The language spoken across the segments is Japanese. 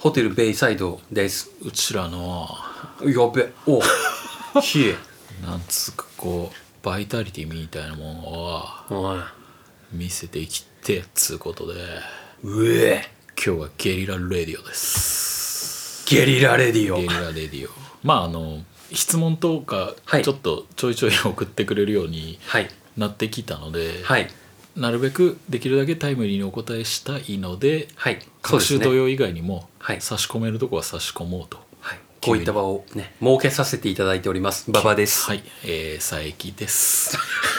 ホテルベイサイドです。 うちらのやべおひえなんつうかこうバイタリティみたいなものを見せていきてっつうことで、 うえ今日はゲリラレディオです。 ゲリラレディオ。 ゲリラレディオ。まあ質問とかちょっとちょいちょい送ってくれるようになってきたので、 はい、 なるべくできるだけタイムリーにお答えしたいので、 はい、 各種土曜以外にもはい、 差し込めるとこは差し込もうと、 はい、こういった場をね設けさせていただいております。馬場です。 はい、佐伯です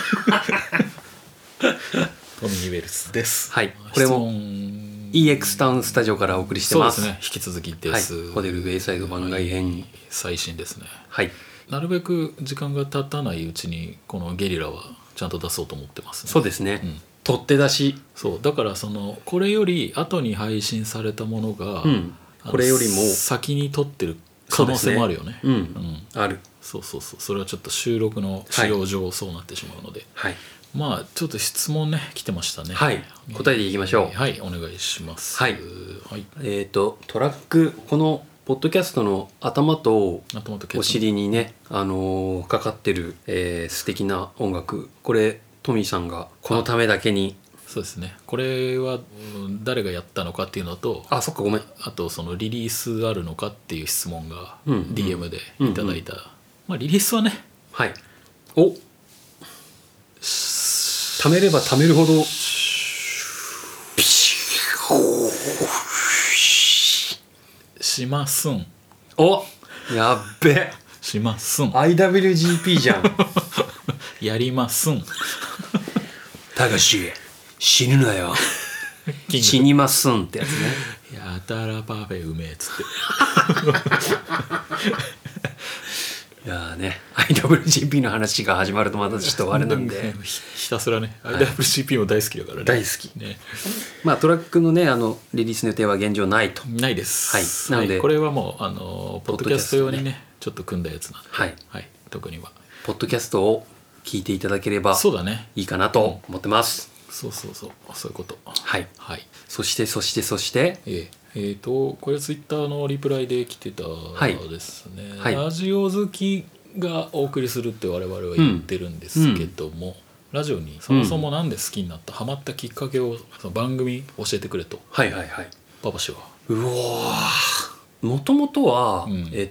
トミー・ウェルスです。 はい、これも EX タウンスタジオからお送りしてます。 そうですね、引き続きです、 はい、ホテルベイサイド番外編、 はい、最新ですね。 はい、 なるべく時間が経たないうちにこのゲリラはちゃんと出そうと思ってますね。 そうですね、取って出し。 そうだからこれより後に配信されたものが、 これよりも先に撮ってる可能性もあるよね。 ある。 そうそれはちょっと収録の仕様上そうなってしまうので、 はい、 まあちょっと質問ね来てましたね。 はい、答えていきましょう。 はい、お願いします。 はい、 はい、 トラック、このポッドキャストの頭とお尻にね、かかってる、素敵な音楽、これトミーさんがこのためだけに。 そうですね、これは誰がやったのかっていうのと、 そっかごめん、 あとリリースあるのかっていう質問が DM でいただいた。まあリリースはね、 はい、貯めれば貯めるほどしますん。 やっべしますん。 IWGP じゃんやりますん。 たかし死ぬなよ死にますんってやつね。 やたらパフェうめえっつっていやね、 IWGP の話が始まるとまたちょっとあれなんでひたすらね、IWGP も大好きだからね。 大好き、 ね、 まあトラックのねリリースの予定は現状ないと。 ないです。 はい、なので、 これはもうポッドキャスト用にねちょっと組んだやつなんで、 はい、 特にはポッドキャストを聞いていただければそうだね、 いいかなと思ってます。 そういうこと。 はい、そしてこれツイッターのリプライで来てたですね、ラジオ好きがお送りするって我々は言ってるんですけども、ラジオにそもそもなんで好きになった、ハマったきっかけをその番組教えてくれと。パパ氏はもともとは、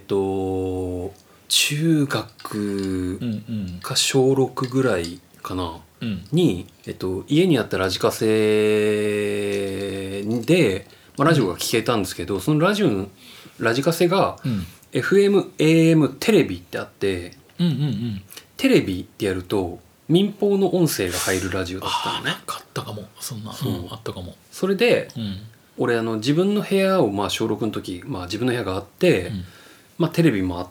中学か小6ぐらいかな、に、家にあったラジカセで、ラジオが聴けたんですけど、そのラジカセが、FM、AM、テレビってあって、テレビってやると民放の音声が入るラジオだったのね。 あったかも、そんな、あったかも。 それで、俺自分の部屋を小6の時、自分の部屋があって、テレビもあって、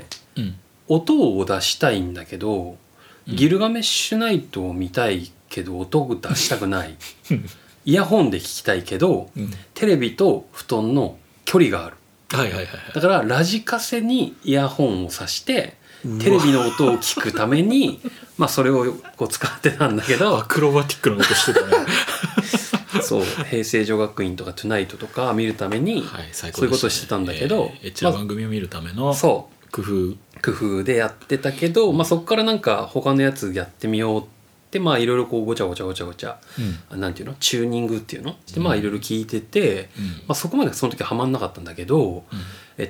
音を出したいんだけど、ギルガメッシュナイトを見たいけど音を出したくないイヤホンで聞きたいけど、テレビと布団の距離がある。だからラジカセにイヤホンを挿してテレビの音を聞くためにそれをこう使ってたんだけど、 アクロバティックなことしてたねそう、平成女学院とかトゥナイトとか見るために、そういうことをしてたんだけど、 エッチな番組を見るための工夫でやってたけど、そこからなんか他のやつやってみようっていろいろこうごちゃごちゃ、なんていうの、チューニングっていうのでいろいろ聞いてて、そこまでその時はハマんなかったんだけど、中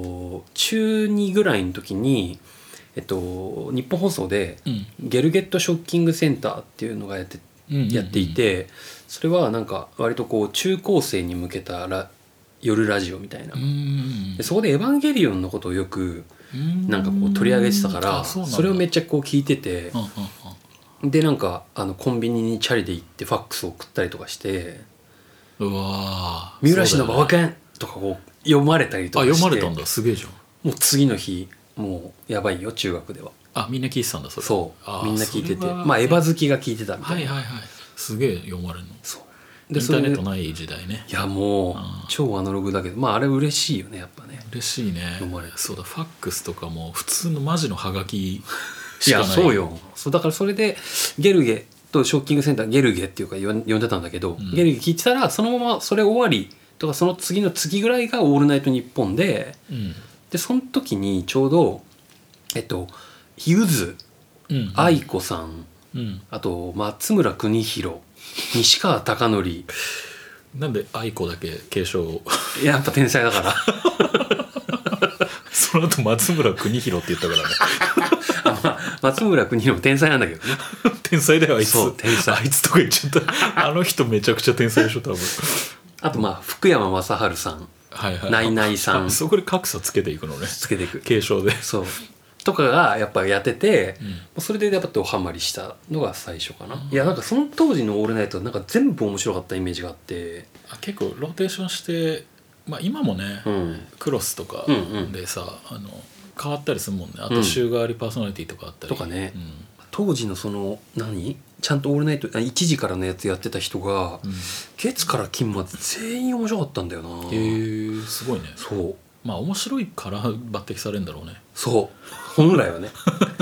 2ぐらいの時に日本放送でゲルゲットショッキングセンターっていうのがやっていて、それはなんか割とこう中高生に向けた夜ラジオみたいな、でそこでエヴァンゲリオンのことをよくなんかこう取り上げてたから、それをめっちゃこう聞いてて、でなんかコンビニにチャリで行ってファックスを送ったりとかして、三浦市の馬場君とかこう読まれたりとかして、 読まれたんだ、すげえじゃん。 もう次の日もうやばいよ、中学では。 みんな聞いてたんだ、それ。 そうみんな聞いてて、エヴァ好きが聞いてたみたいな。 すげえ読まれるの。 そうでインターネットない時代ね。 いやもう超アナログだけど、あれ嬉しいよね、やっぱね。 嬉しいね。そうだ、ファックスとかも普通のマジのハガキしかない。 そうよ。そうだからそれでゲルゲとショッキングセンター、ゲルゲっていうか呼んでたんだけど、ゲルゲ聞いてたらそのままそれ終わりからその次の次ぐらいが「オールナイトニッポン」で、でその時にちょうどゆず、愛子さん、あと松村邦洋、西川貴教。 なんで愛子だけ継承をやっぱ天才だからその後松村邦洋って言ったからね松村邦洋も天才なんだけどね天才だよあいつ。 そう天才あいつとか言っちゃったあの人めちゃくちゃ天才でしょ多分。 あと福山雅治さん、ナイナイさん、 そこで格差つけていくのね。 つけていく継承で。 そうとかがやっぱやってて、それでやっぱドハマりしたのが最初かな。いやなんかその当時の「オールナイト」なんか全部面白かったイメージがあって、 結構ローテーションして、今もね、クロスとかでさ、変わったりするもんね。あと週替わりパーソナリティとかあったりとかね、当時のそのちゃんと「オールナイト」1時からのやつやってた人が、月から金まで全員面白かったんだよな。 へえ、すごいね。 そう面白いから抜擢されるんだろうね。 そう本来はね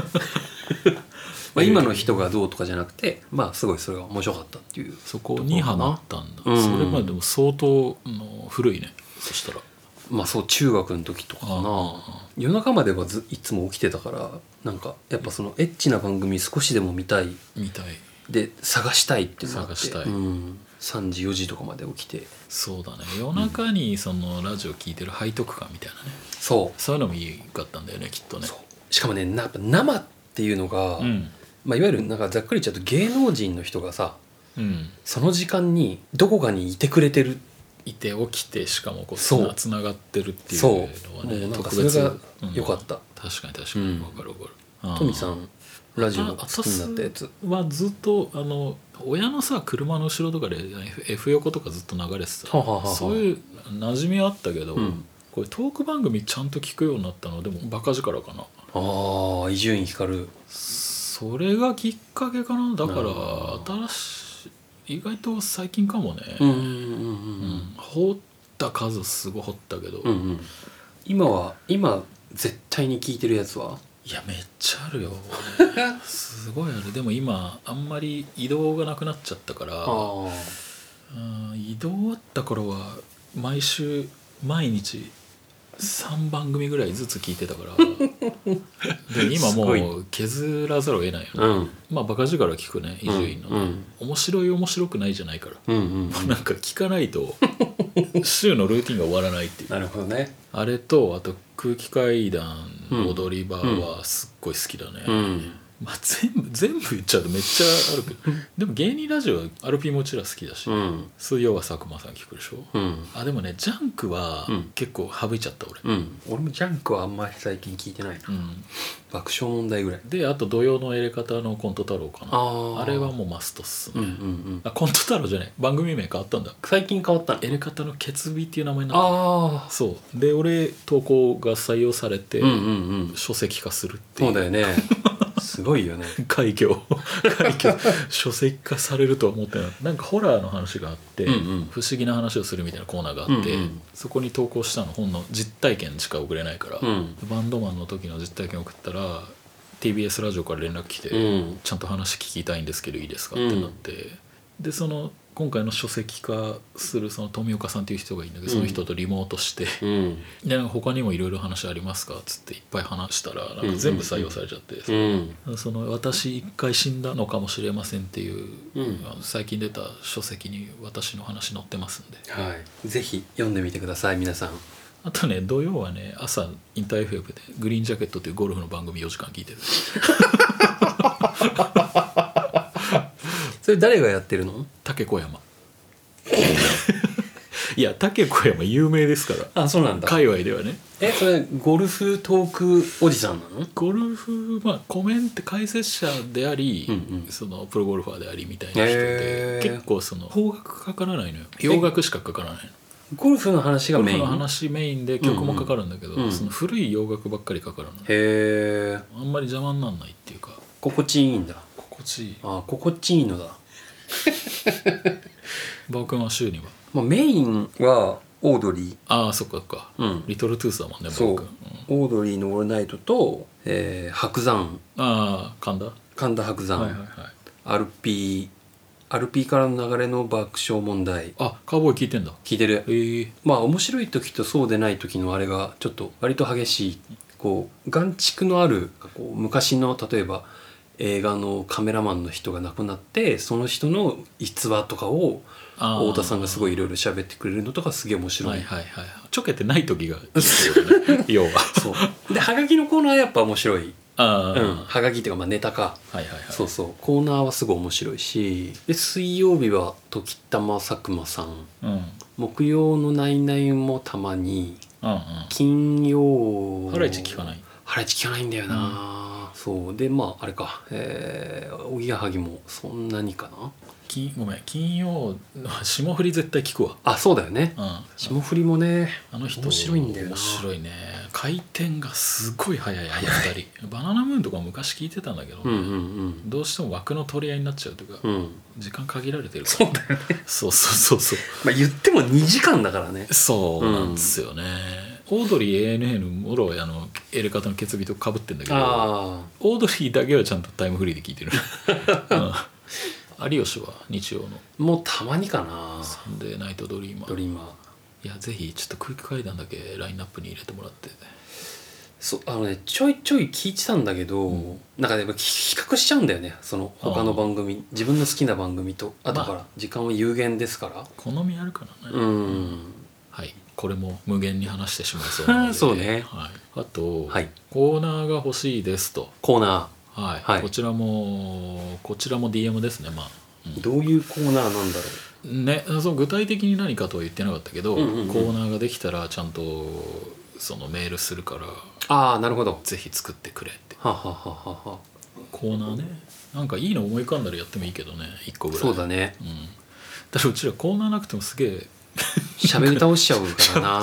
今の人がどうとかじゃなくて、すごいそれが面白かったっていう、 そこにハマったんだ。それまでも相当古いね。そしたらそう中学の時とかかな。夜中まではいつも起きてたから、なんかやっぱそのエッチな番組少しでも見たいで探したいっていうのがあって、3時4時とかまで起きて。 そうだね、夜中にそのラジオ聞いてる背徳感みたいなね、そういうのもいいかったんだよねきっとね。 しかもねやっぱ生っていうのが、いわゆるなんかざっくり言っちゃうと芸能人の人がさ、その時間にどこかにいてくれてる、 いて起きて、しかもこうつながってるっていうのはね、 特別。それが良かった、 確かに確かに、分かる分かる。 トミさんラジオ好きになったやつはずっと親のさ車の後ろとかで F 横とかずっと流れてた、そういう馴染みはあったけど、これトーク番組ちゃんと聞くようになったのでもバカ力かな。 伊集院光、 それがきっかけかな。だから意外と最近かもね。掘った数すごい掘ったけど、 今絶対に聞いてるやつは、 いやめっちゃあるよすごいある。でも今あんまり移動がなくなっちゃったから、移動あった頃は毎日3番組ぐらいずつ聞いてたからで今もう削らざるを得ないよね。バカ力聞くね、伊集院のね、面白くないじゃないから、なんか聞かないと週のルーティンが終わらないっていう。 なるほどね。 あれとあと空気階段踊り場はすっごい好きだね。全部言っちゃうとめっちゃあるけどでも芸人ラジオはアルピーもちろん好きだし、水曜は佐久間さん聞くでしょ。でもねジャンクは結構省いちゃった俺。 俺もジャンクはあんまり最近聞いてないな。爆笑問題ぐらいで、あと土曜のエレ方のコント太郎かな。あれはもうマストっすね。コント太郎じゃない、番組名変わったんだ。 最近変わったの。 エレ方のケツビっていう名前になった。そうで俺投稿が採用されて書籍化するっていう。 そうだよねすごいよね快挙書籍化されるとは思ってない。なんかホラーの話があって、不思議な話をするみたいなコーナーがあって、そこに投稿したの。本の実体験しか送れないから、バンドマンの時の実体験送ったら TBS ラジオから連絡来て、ちゃんと話聞きたいんですけどいいですかってなって、でその今回の書籍化するその富岡さんっていう人がいるんだけど、その人とリモートして、でなんか他にもいろいろ話ありますかっつっていっぱい話したらなんか全部採用されちゃって、その私一回死んだのかもしれませんっていう、最近出た書籍に私の話載ってますんで、 ぜひ読んでみてください皆さん。 あとね土曜はね朝インター FM でグリーンジャケットっていうゴルフの番組4時間聞いてるそれ誰がやってるの？ 竹小山いや竹小山有名ですから。 そうなんだ。 界隈ではね。 それゴルフトークおじさんなの？ ゴルフコメント解説者であり、そのプロゴルファーでありみたいな人で、結構その邦楽かからないのよ。洋楽しかかからないの。 ゴルフの話がメイン。 ゴルフの話メインで曲もかかるんだけど、その古い洋楽ばっかりかかるの。あんまり邪魔にならないっていうか心地いいんだ。 心地いい。 心地いいのだ僕は週には、メインはオードリー。 そっかそっか、リトルトゥースだもんね。 そう、オードリーのオールナイトと、白山、 神田白山、アルピーアルピーからの流れの爆笑問題。 あ、カウボーイ聞いてんだ。 聞いてる。まあ面白い時とそうでない時のあれがちょっと割と激しい、こう眼蓄のあるこう昔の例えば映画のカメラマンの人が亡くなってその人の逸話とかを太田さんがすごいいろいろ喋ってくれるのとかすげえ面白い。 はいはいはい。ちょけてない時がいいですよね。要は。 そうではがきのコーナーはやっぱ面白い。 あ、 はがきっていうかまあネタか、 はいはいはい、 そうそうコーナーはすごい面白いし、で水曜日は時たま佐久間さん、木曜のナイナイもたまに、金曜ハライチ聞かない。 ハライチ聞かないんだよな、そうでまああれかおぎやはぎもそんなにかな。 ごめん、金曜霜降り絶対聞くわ。 あ、そうだよね、霜降りもねあの人面白いんだよな。 面白いね。回転がすごい速い。あの二人バナナムーンとか昔聞いてたんだけど、どうしても枠の取り合いになっちゃうというか、時間限られてるから。 そうだよね。 そうそうそう。 まあ言っても2時間だからね。 そうなんですよね、オードリー ANA もろエレカタの決日とかぶってんだけど、オードリーだけはちゃんとタイムフリーで聞いてる、有吉は日曜のもうたまにかな。 サンデーナイトドリーマー。いやぜひちょっと空気階段だけラインナップに入れてもらって。 ちょいちょい聞いてたんだけど、なんかやっぱ比較しちゃうんだよね、その他の番組、自分の好きな番組と。あとから時間は有限ですから好みあるからね。はい、これも無限に話してしまいそうなのでそうね、 あと、コーナーが欲しいですと。 コーナー、こちらも DM ですね。まあ、 どういうコーナーなんだろうね。そう具体的に何かとは言ってなかったけど、コーナーができたらちゃんとそのメールするから、 ああなるほど、 ぜひ作ってくれって。 はははは。 コーナーね、なんかいいの思い浮かんだらやってもいいけどね、1個ぐらい。 そうだね、 だからうちらコーナーなくてもすげえ喋り倒しちゃうからな。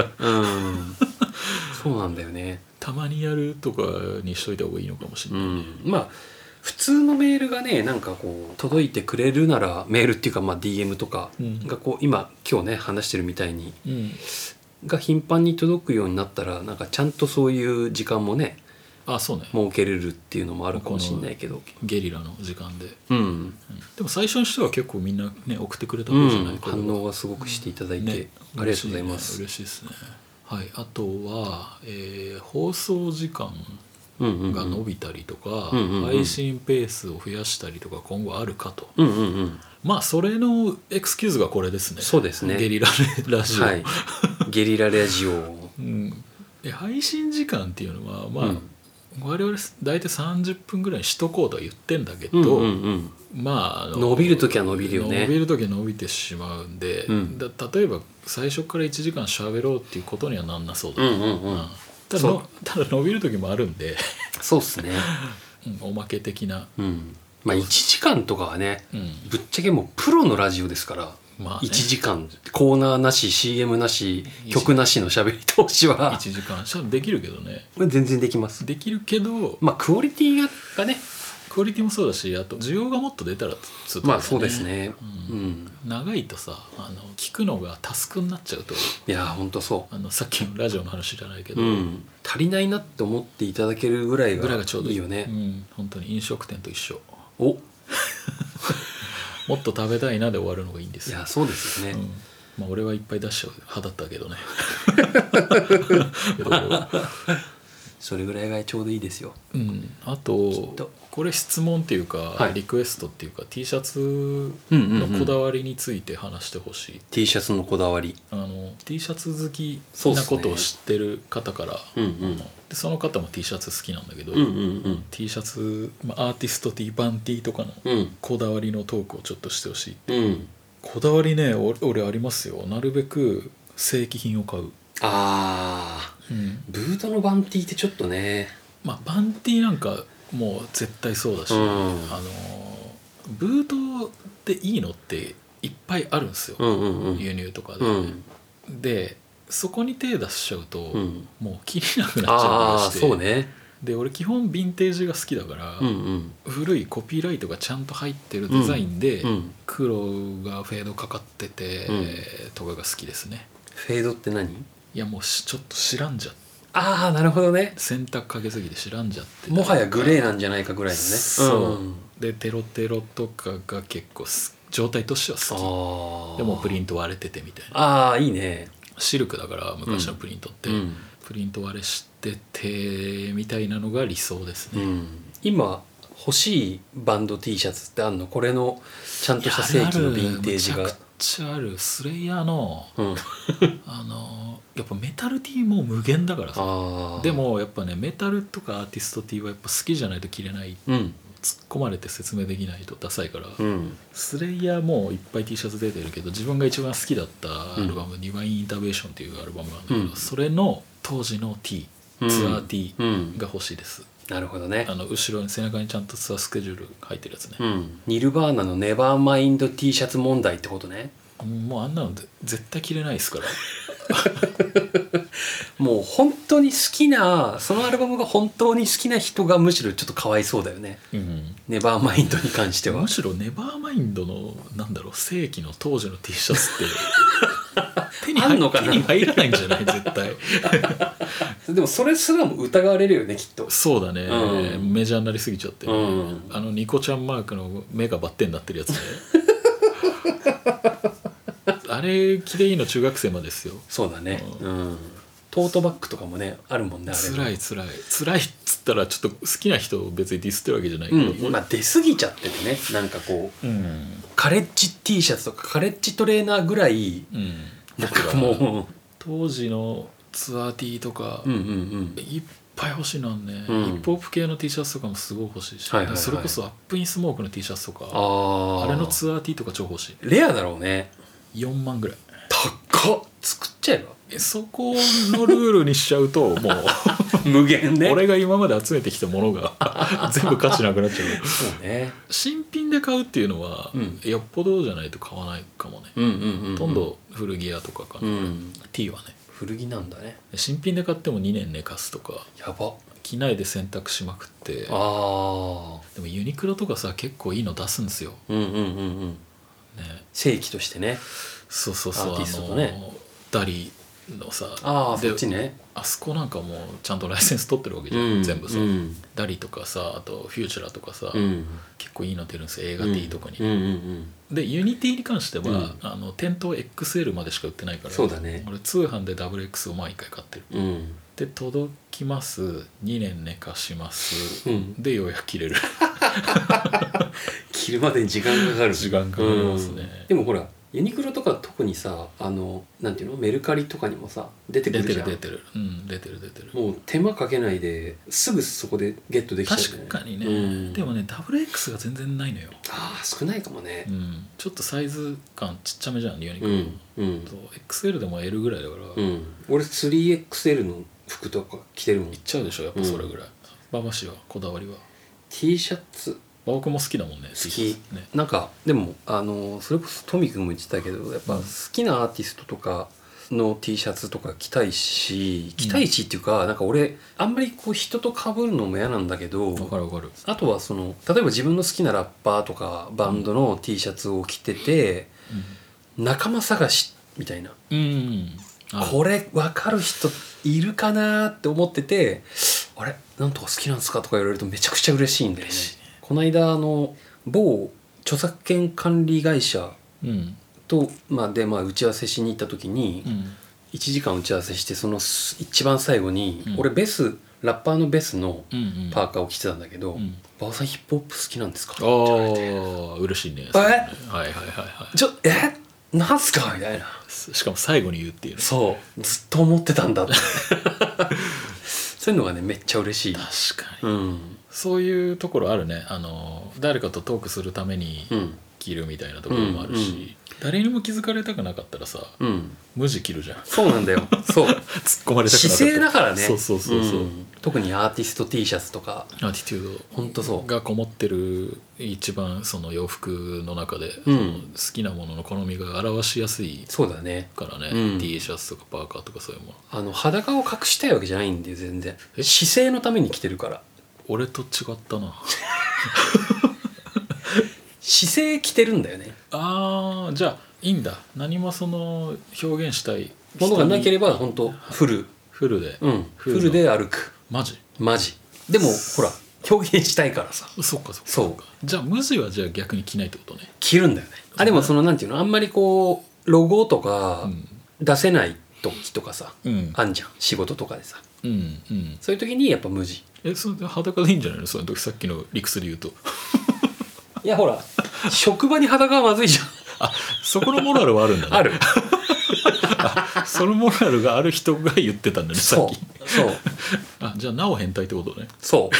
そうなんだよね。 たまにやるとかにしといた方がいいのかもしれないね。 まあ普通のメールがねなんかこう届いてくれるなら、メールっていうかまあ DM とかがこう今日ね話してるみたいに、が頻繁に届くようになったら、なんかちゃんとそういう時間もね、 そうね、 設けれるっていうのもあるかもしれないけど、 ゲリラの時間で、でも最初にしては結構みんなね送ってくれた方じゃないか、 反応がすごくしていただいて、ありがとうございます。 嬉しいですね。はい、あとは、放送時間が伸びたりとか、配信ペースを増やしたりとか今後あるかと。まあそれのエクスキューズがこれですね。 そうですね、 ゲリララジオ、ゲリララジオ、 配信時間っていうのはまあ、我々大体30分ぐらいにしとこうとは言ってんだけど、まあ伸びる時は伸びるよね。 伸びる時は伸びてしまうんで、例えば最初から1時間喋ろうっていうことにはなんなそうだ、ただ伸びる時もあるんでそうっすね、 おまけ的な、 まあ1時間とかはね、ぶっちゃけもうプロのラジオですから、1時間コーナーなし CM なし曲なしの喋り通しは 1時間できるけどね。 全然できます。 できるけど、 まあクオリティがね、 クオリティもそうだし、あと需要がもっと出たらつまあそうですね、 長いとさ聞くのがタスクになっちゃうと、 いやほんとそう、 さっきのラジオの話じゃないけど、 足りないなって思っていただけるぐらいがちょうどいいよね。 本当に飲食店と一緒。 おもっと食べたいなで終わるのがいいんですよ。 いやそうですよね、 まあ俺はいっぱい出しちゃう派だったけどねそれぐらいがちょうどいいですよ。 あとこれ質問っていうか、リクエストっていうか T シャツのこだわりについて話してほしい。 T シャツのこだわり、 T シャツ好きなことを知ってる方から、でその方も T シャツ好きなんだけど、T シャツ、アーティスト T バン T とかのこだわりのトークをちょっとしてほしいって、こだわりね、俺ありますよ。なるべく正規品を買う。 ブートのバンティってちょっとね、 バンティなんかもう絶対そうだし、ブートでいいのっていっぱいあるんですよ、輸入とかで、でそこに手出しちゃうと、もう切りなくなっちゃう気がして、 そうね。 で俺基本ヴィンテージが好きだから、古いコピーライトがちゃんと入ってるデザインで、黒がフェードかかってて、とかが好きですね。 フェードって何？ いやもうちょっと知らんじゃって、 なるほどね。 洗濯かけすぎて知らんじゃって、 もはやグレーなんじゃないかぐらいのね。 そう、でテロテロとかが結構好状態としては好き。でもプリント割れててみたいな。 ああいいね。 シルクだから昔のプリントって、プリント割れしててみたいなのが理想ですね。 今欲しいバンド T シャツってあんの？これのちゃんとした正規のヴィンテージが。 めちゃくちゃある。スレイヤーの、やっぱメタル T も無限だからさ。でもやっぱねメタルとかアーティスト T はやっぱ好きじゃないと着れない、突っ込まれて説明できないとダサいから、スレイヤーもいっぱい T シャツ出てるけど、自分が一番好きだったアルバム、ディバインインターベーションっていうアルバムがあるんだけど、それの当時の T、ツアー T が欲しいです。 なるほどね。 後ろに背中にちゃんとツアースケジュール入ってるやつね。 ニルバーナのネバーマインド T シャツ問題ってことね。 もうあんなの絶対着れないですからもう本当に好きな、そのアルバムが本当に好きな人がむしろちょっとかわいそうだよね、ネバーマインドに関しては。 むしろネバーマインドの正規の当時の T シャツって手に入らないんじゃない絶対でもそれすらも疑われるよねきっと。 そうだね、メジャーになりすぎちゃって、ニコちゃんマークの目がバッテンになってるやつねあれ着でいいの中学生までですよ。 そうだね、トートバッグとかもねあるもんね。あれ辛いっつったらちょっと好きな人を別にディスってるわけじゃないけど、 まあ出過ぎちゃっててね、なんかこう、カレッジ T シャツとかカレッジトレーナーぐらい、なんかもう当時のツアー T とか、いっぱい欲しいのね、ヒップホップ系の T シャツとかもすごい欲しいし、それこそアップインスモークの T シャツとか、あれのツアー T とか超欲しい。 レアだろうね。 4万ぐらい。 高っ。作っちゃえば。 そこのルールにしちゃうともう無限ね。 俺が今まで集めてきたものが全部価値なくなっちゃう。 そうね。 新品で買うっていうのは、よっぽどじゃないと買わないかもね。ほとんど古着屋とかかな、T はね。 古着なんだね。 新品で買っても2年寝かすとか、 やば。 着ないで洗濯しまくって。でもユニクロとかさ結構いいの出すんですよ。 正規としてね。 そうアーティストとね、 ダリのさ、 そっちね。 あそこなんかもうちゃんとライセンス取ってるわけじゃん、全部さ、ダリとかさ、あとフューチュラとかさ、結構いいの出るんですよ、映画 T とかに。でユニティに関しては、店頭 XL までしか売ってないから、 そうだね、 俺通販で WX を毎回買ってる、で届きます、2年寝かします、でようやく着れる着るまでに時間かかる。 時間かかりますね。 でもほらユニクロとか特にさ、なんていうの、メルカリとかにもさ出てくるじゃん。 出てるもう手間かけないですぐそこでゲットできちゃう、ね、 確かにね、でもね WX が全然ないのよ。 少ないかもね、 ちょっとサイズ感ちっちゃめじゃんユニクロ、XL でも L ぐらいだから、 俺 3XL の服とか着てるもん。 いっちゃうでしょやっぱそれぐらい。馬場氏はこだわりは T シャツ僕も好きだもんね。 好き、なんかでもそれこそトミ君も言ってたけど、やっぱ好きなアーティストとかの T シャツとか着たいしっていうか、なんか俺あんまりこう人と被るのも嫌なんだけど、 わかるあとは例えば自分の好きなラッパーとかバンドの T シャツを着てて、仲間探しみたいな、これ分かる人いるかなって思ってて、あれなんとか好きなんですかとか言われるとめちゃくちゃ嬉しいんだよね。この間某著作権管理会社と、打ち合わせしに行った時に、1時間打ち合わせして、その一番最後に、俺ラッパーのベスのパーカーを着てたんだけど、馬場さんヒップホップ好きなんですかって言われて、嬉しいね。 なんすかみたいな。 しかも最後に言うっていうね。 そうずっと思ってたんだってそういうのがねめっちゃ嬉しい。 確かに、そういうところあるね。誰かとトークするために着るみたいなところもあるし、誰にも気づかれたくなかったらさ、無地着るじゃん。 そうなんだよ。そう突っ込まれたくなかった。 姿勢だからね。 そう、 特にアーティスト T シャツとかアーティテュード本当そうがこもってる一番その洋服の中で、好きなものの好みが表しやすいからね。T シャツとかパーカーとかそういうもの。 裸を隠したいわけじゃないんで全然。姿勢のために着てるから。 俺と違ったな姿勢着てるんだよね。 じゃあいいんだ。何もその表現したいものがなければ本当フルで、 フルで歩く。 マジでもほら表現したいからさ。 そっかそっか。 そうじゃあ無地はじゃあ逆に着ないってことね。 着るんだよね。あでもそのなんていうの、あんまりこうロゴとか出せない時とかさ、あんじゃん、仕事とかでさ、そういう時にやっぱ無地。 それ裸でいいんじゃないの、その時さっきの理屈で言うと。 いやほら職場に裸はまずいじゃん。 あ、そこのモラルはあるんだね。 ある。 そのモラルがある人が言ってたんだね、さっき。 そう。 あ、じゃあなお変態ってことね。 そう。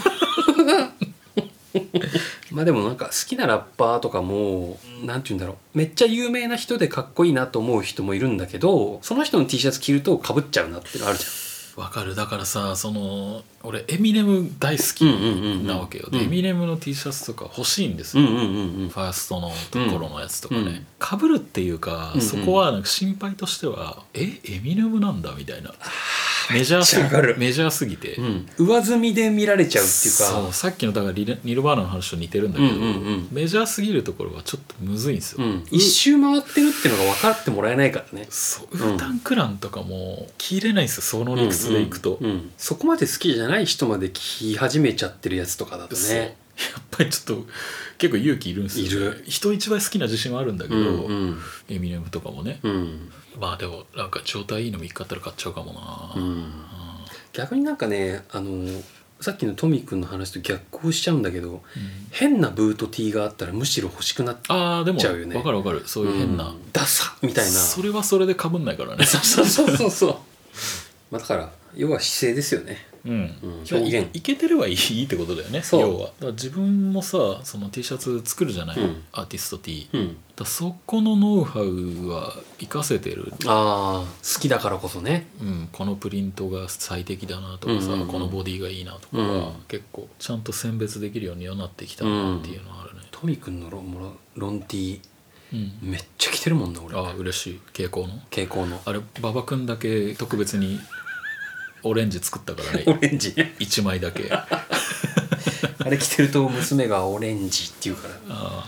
まあでもなんか好きなラッパーとかもなんて言うんだろう、めっちゃ有名な人でかっこいいなと思う人もいるんだけど、その人の T シャツ着ると被っちゃうなっていうのあるじゃん。 わかる。だからさ、その俺エミネム大好きなわけよ。でエミネムの T シャツとか欲しいんですよ、ファーストのところのやつとかね。かぶるっていうか、そこはなんか心配としてはエミネムなんだみたいな、メジャーすぎて、 上積みで見られちゃうっていうか。 そう、さっきのだからニルバーナの話と似てるんだけど、メジャーすぎるところはちょっとむずいんですよ、 一周回ってるっていうのが分かってもらえないからね。 そう、ウータンクランとかも着れないんですよ、その理屈でいくと、 そこまで好きじゃない人まで着始めちゃってるやつとかだとね、 やっぱりちょっと結構勇気いるんですよ、ね、 いる。 人一倍好きな自信はあるんだけど、エミネムとかもね、まあでもなんか状態いいの見っかったら買っちゃうかもな、 逆になんかね、さっきのトミーくんの話と逆行しちゃうんだけど、変なブート T があったらむしろ欲しくなっちゃうよね。 でも分かる分かる、そういう変な、 ダサみたいな。 それはそれでかぶんないからね。 そうまあだから要は姿勢ですよね。 表現いけてればいいってことだよね。要はだから自分もさ、その T シャツ作るじゃない、アーティスト T、だそこのノウハウは活かせてる。 好きだからこそね、 このプリントが最適だなとかさ、このボディがいいなとかは、結構ちゃんと選別できるようにはなってきたなっていうのはあるね。 トミーくんのロン T、めっちゃ着てるもんな俺。 嬉しい。蛍光のあれ馬場くんだけ特別にオレンジ作ったからね。 オレンジね、 1枚だけ。 あれ着てると娘がオレンジって言うから。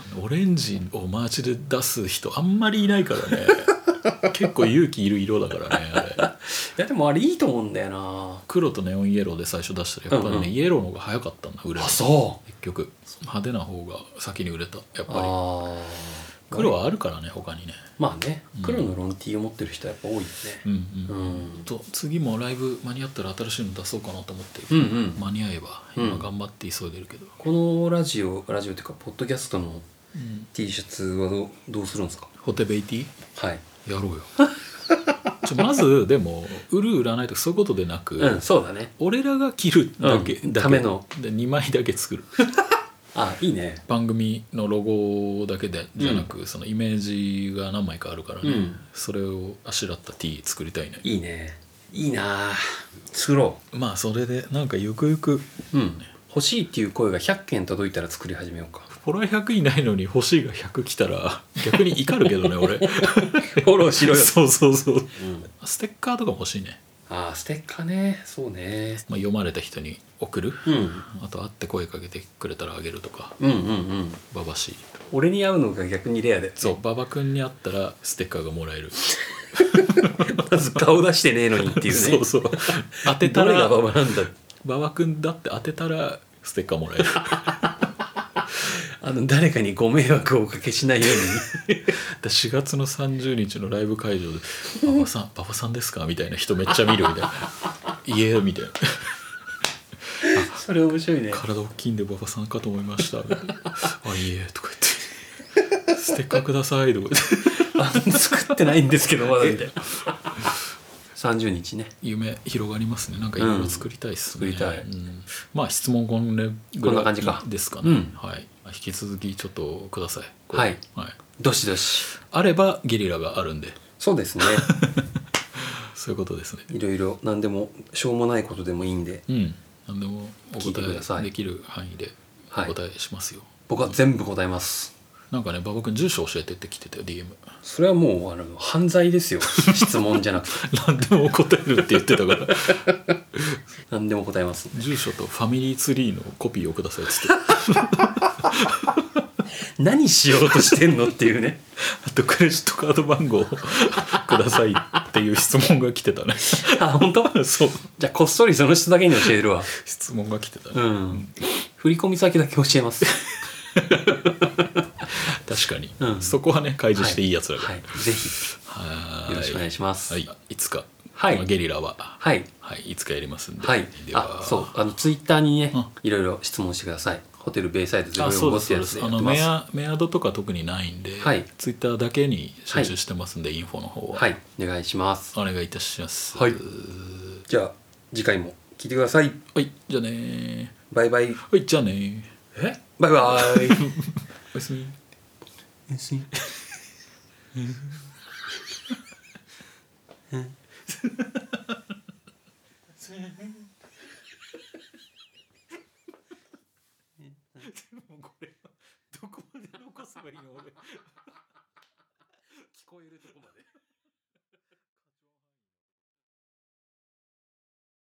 オレンジをマーチで出す人あんまりいないからね。結構勇気いる色だからね、あれ。 いやでもあれいいと思うんだよな。 黒とネオンイエローで最初出したらやっぱりね、イエローの方が早かったんだ、売れる。 そう結局派手な方が先に売れた、やっぱり。黒はあるからね、他にね。 まあね、黒のロン T を持ってる人はやっぱ多いよね。 と次もライブ間に合ったら新しいの出そうかなと思って間に合えば今頑張って急いでるけど、 このラジオっていうかポッドキャストの T シャツはどうするんですか？ ホテベイ T？ はい、 やろうよ。まずでも売る売らないとかそういうことでなく、 そうだね、 俺らが着るだけ、 ためので2枚だけ作る。 いいね。 番組のロゴだけでじゃなく、そのイメージが何枚かあるからね、それをあしらった T 作りたいね。 いいね、いいな、作ろう。 まあそれでなんかゆくゆく、 欲しいっていう声が100件届いたら作り始めようか。 フォロワー100いないのに欲しいが100来たら逆に怒るけどね。俺フォローしろよ。 そう、ステッカーとかも欲しいね。 ステッカーね、そうね、 読まれた人に送る、あと会って声かけてくれたらあげるとか。ババシ俺に会うのが逆にレアで、 そう、ババ君に会ったらステッカーがもらえる。 まず顔出してねえのにっていうね。 そう当てたら、 どれがババなんだ、 ババ君だって当てたらステッカーもらえる。 誰かにご迷惑をおかけしないように。 4月の30日のライブ会場で「馬場さんですか?」みたいな人めっちゃ見るみたいな「いえ」みたいな。 それ面白いね。 体大きいんで馬場さんかと思いました。みたいな。あ、いえとか言ってステッカーくださいとか言って。 作ってないんですけどまだみたいな。30日ね、 夢広がりますね。なんかいろいろ作りたいっすね、 作りたい、 まあ質問こんな感じかですかね、はい、引き続きちょっとください。 はい、どしどしあればゲリラがあるんで。 そうですね。 そういうことですね。 いろいろ何でもしょうもないことでもいいんで、 何でもお答えできる範囲でお答えしますよ。 僕は全部答えます。 なんかね、馬場君住所教えてって来てたよ DM。 それはもう犯罪ですよ。質問じゃなくて。 何でも答えるって言ってたから。 何でも答えます。 住所とファミリーツリーのコピーをくださいっつって。 何しようとしてんのっていうね。 あとクレジットカード番号をくださいっていう質問が来てたね。 あ、本当？ そう。 じゃあこっそりその人だけに教えるわ。 質問が来てたね。 うん。振込先だけ教えます。 確かに、そこはね開示していいやつだから、 はい、ぜひよろしくお願いします。 はい、いつか、ゲリラは、いつかやりますんで、 ではそうツイッターにね、いろいろ質問してください。ホテルベイサイド045ってやつでやってます。 メアドとか特にないんで、ツイッターだけに集中してますんで、インフォの方はお願いします。 お願いいたします。 じゃあ次回も聞いてください。 じゃあね、 バイバイ。 じゃあね、 バイバイ。 おやすみ。おやすみ。これどこまで残せばいいの俺。聞こえるとこまで。